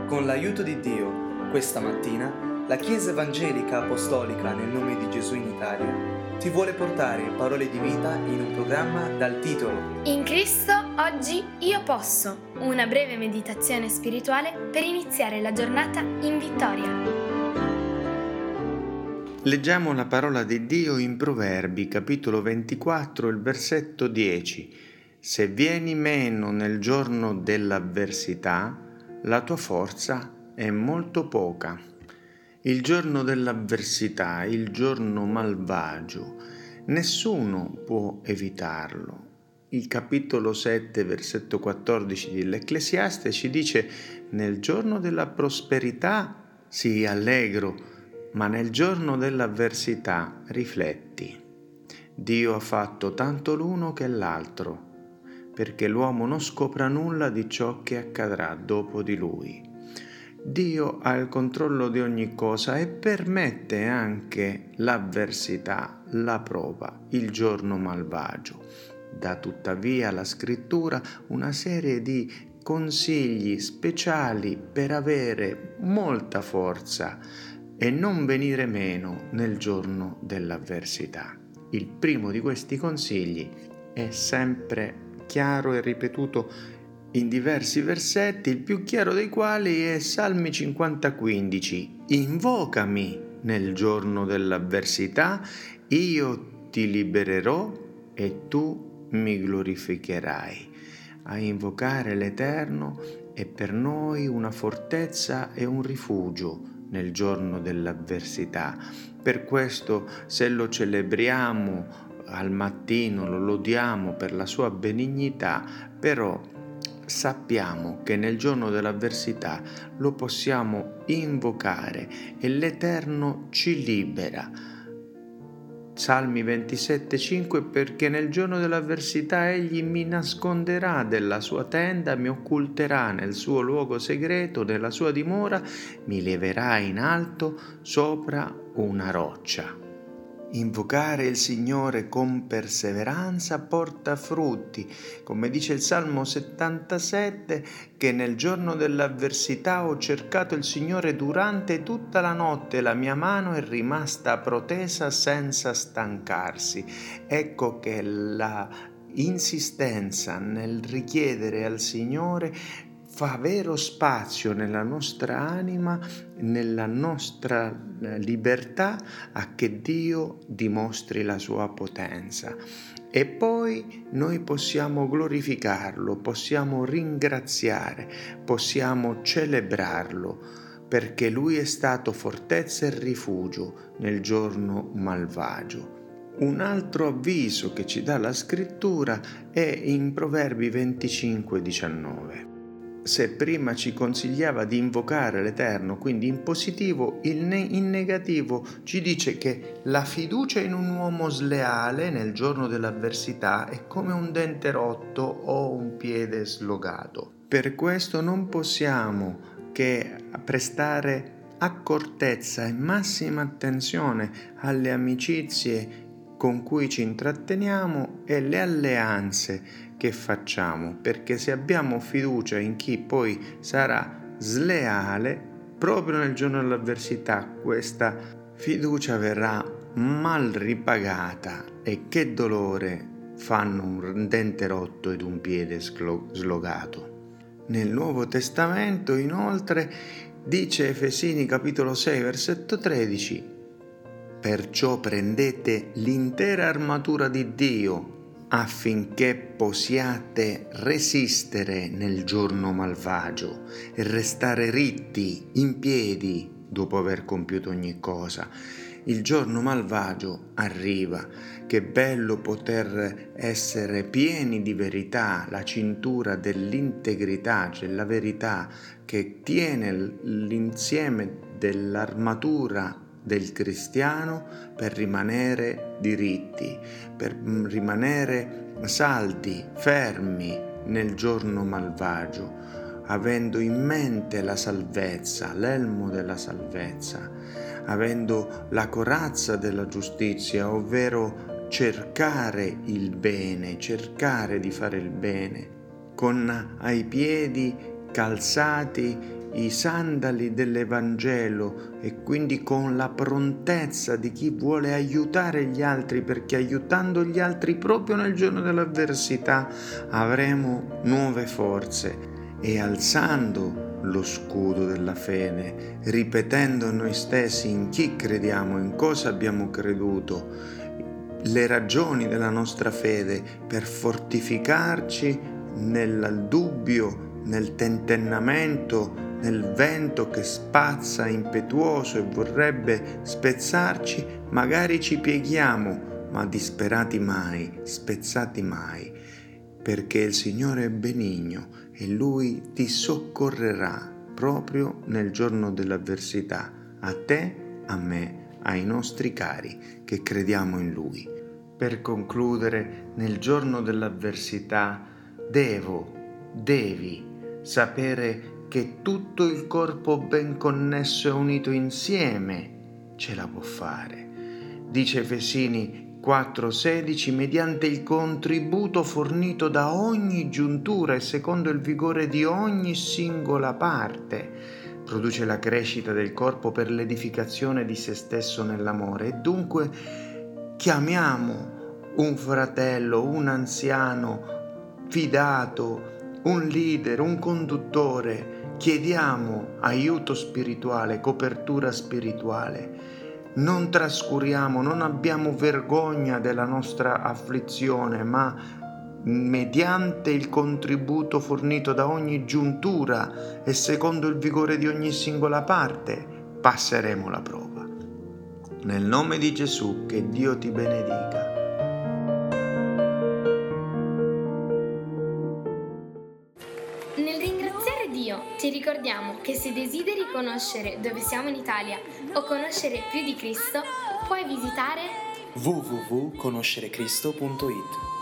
Con l'aiuto di Dio, questa mattina, la Chiesa Evangelica Apostolica nel nome di Gesù in Italia ti vuole portare parole di vita in un programma dal titolo In Cristo oggi io posso, una breve meditazione spirituale per iniziare la giornata in vittoria. Leggiamo la parola di Dio in Proverbi, capitolo 24, il versetto 10. Se vieni meno nel giorno dell'avversità, la tua forza è molto poca. Il giorno dell'avversità, il giorno malvagio, nessuno può evitarlo. Il capitolo 7, versetto 14 dell'Ecclesiaste ci dice: nel giorno della prosperità sii allegro, ma nel giorno dell'avversità rifletti. Dio ha fatto tanto l'uno che l'altro, perché l'uomo non scopra nulla di ciò che accadrà dopo di lui. Dio ha il controllo di ogni cosa e permette anche l'avversità, la prova, il giorno malvagio. Dà tuttavia alla Scrittura una serie di consigli speciali per avere molta forza e non venire meno nel giorno dell'avversità. Il primo di questi consigli è sempre chiaro e ripetuto in diversi versetti, il più chiaro dei quali è Salmi 50:15. Invocami nel giorno dell'avversità, io ti libererò e tu mi glorificherai. A invocare l'Eterno è per noi una fortezza e un rifugio nel giorno dell'avversità. Per questo, se lo celebriamo al mattino, lo lodiamo per la sua benignità, però sappiamo che nel giorno dell'avversità lo possiamo invocare e l'Eterno ci libera. Salmi 27:5: perché nel giorno dell'avversità egli mi nasconderà della sua tenda, mi occulterà nel suo luogo segreto, nella sua dimora, mi leverà in alto sopra una roccia. Invocare il Signore con perseveranza porta frutti, come dice il Salmo 77, che nel giorno dell'avversità ho cercato il Signore durante tutta la notte, la mia mano è rimasta protesa senza stancarsi. Ecco che la insistenza nel richiedere al Signore fa vero spazio nella nostra anima, nella nostra libertà, a che Dio dimostri la sua potenza. E poi noi possiamo glorificarlo, possiamo ringraziare, possiamo celebrarlo, perché Lui è stato fortezza e rifugio nel giorno malvagio. Un altro avviso che ci dà la Scrittura è in Proverbi 25:19. Se prima ci consigliava di invocare l'Eterno, quindi in positivo, in negativo ci dice che la fiducia in un uomo sleale nel giorno dell'avversità è come un dente rotto o un piede slogato. Per questo non possiamo che prestare accortezza e massima attenzione alle amicizie con cui ci intratteniamo e le alleanze che facciamo, perché se abbiamo fiducia in chi poi sarà sleale, proprio nel giorno dell'avversità questa fiducia verrà mal ripagata, e che dolore fanno un dente rotto ed un piede slogato. Nel Nuovo Testamento inoltre dice Efesini capitolo 6 versetto 13: perciò prendete l'intera armatura di Dio affinché possiate resistere nel giorno malvagio e restare ritti in piedi dopo aver compiuto ogni cosa. Il giorno malvagio arriva. Che bello poter essere pieni di verità, la cintura dell'integrità, cioè la verità che tiene l'insieme dell'armatura del cristiano per rimanere diritti, per rimanere saldi, fermi nel giorno malvagio, avendo in mente la salvezza, l'elmo della salvezza, avendo la corazza della giustizia, ovvero cercare il bene, cercare di fare il bene, con ai piedi calzati i sandali dell'Evangelo e quindi con la prontezza di chi vuole aiutare gli altri, perché aiutando gli altri proprio nel giorno dell'avversità avremo nuove forze, e alzando lo scudo della fede, ripetendo a noi stessi in chi crediamo, in cosa abbiamo creduto, le ragioni della nostra fede per fortificarci nel dubbio, nel tentennamento, nel vento che spazza impetuoso e vorrebbe spezzarci. Magari ci pieghiamo, ma disperati mai, spezzati mai, perché il Signore è benigno e Lui ti soccorrerà proprio nel giorno dell'avversità, a te, a me, ai nostri cari che crediamo in Lui. Per concludere, nel giorno dell'avversità devi sapere che tutto il corpo ben connesso e unito insieme ce la può fare. Dice Efesini 4,16: mediante il contributo fornito da ogni giuntura e secondo il vigore di ogni singola parte, produce la crescita del corpo per l'edificazione di se stesso nell'amore. E dunque chiamiamo un fratello, un anziano fidato, un leader, un conduttore, chiediamo aiuto spirituale, copertura spirituale. Non trascuriamo, non abbiamo vergogna della nostra afflizione, ma mediante il contributo fornito da ogni giuntura e secondo il vigore di ogni singola parte, passeremo la prova. Nel nome di Gesù, che Dio ti benedica. Nel ringraziare Dio, ti ricordiamo che se desideri conoscere dove siamo in Italia o conoscere più di Cristo, puoi visitare www.conoscerecristo.it.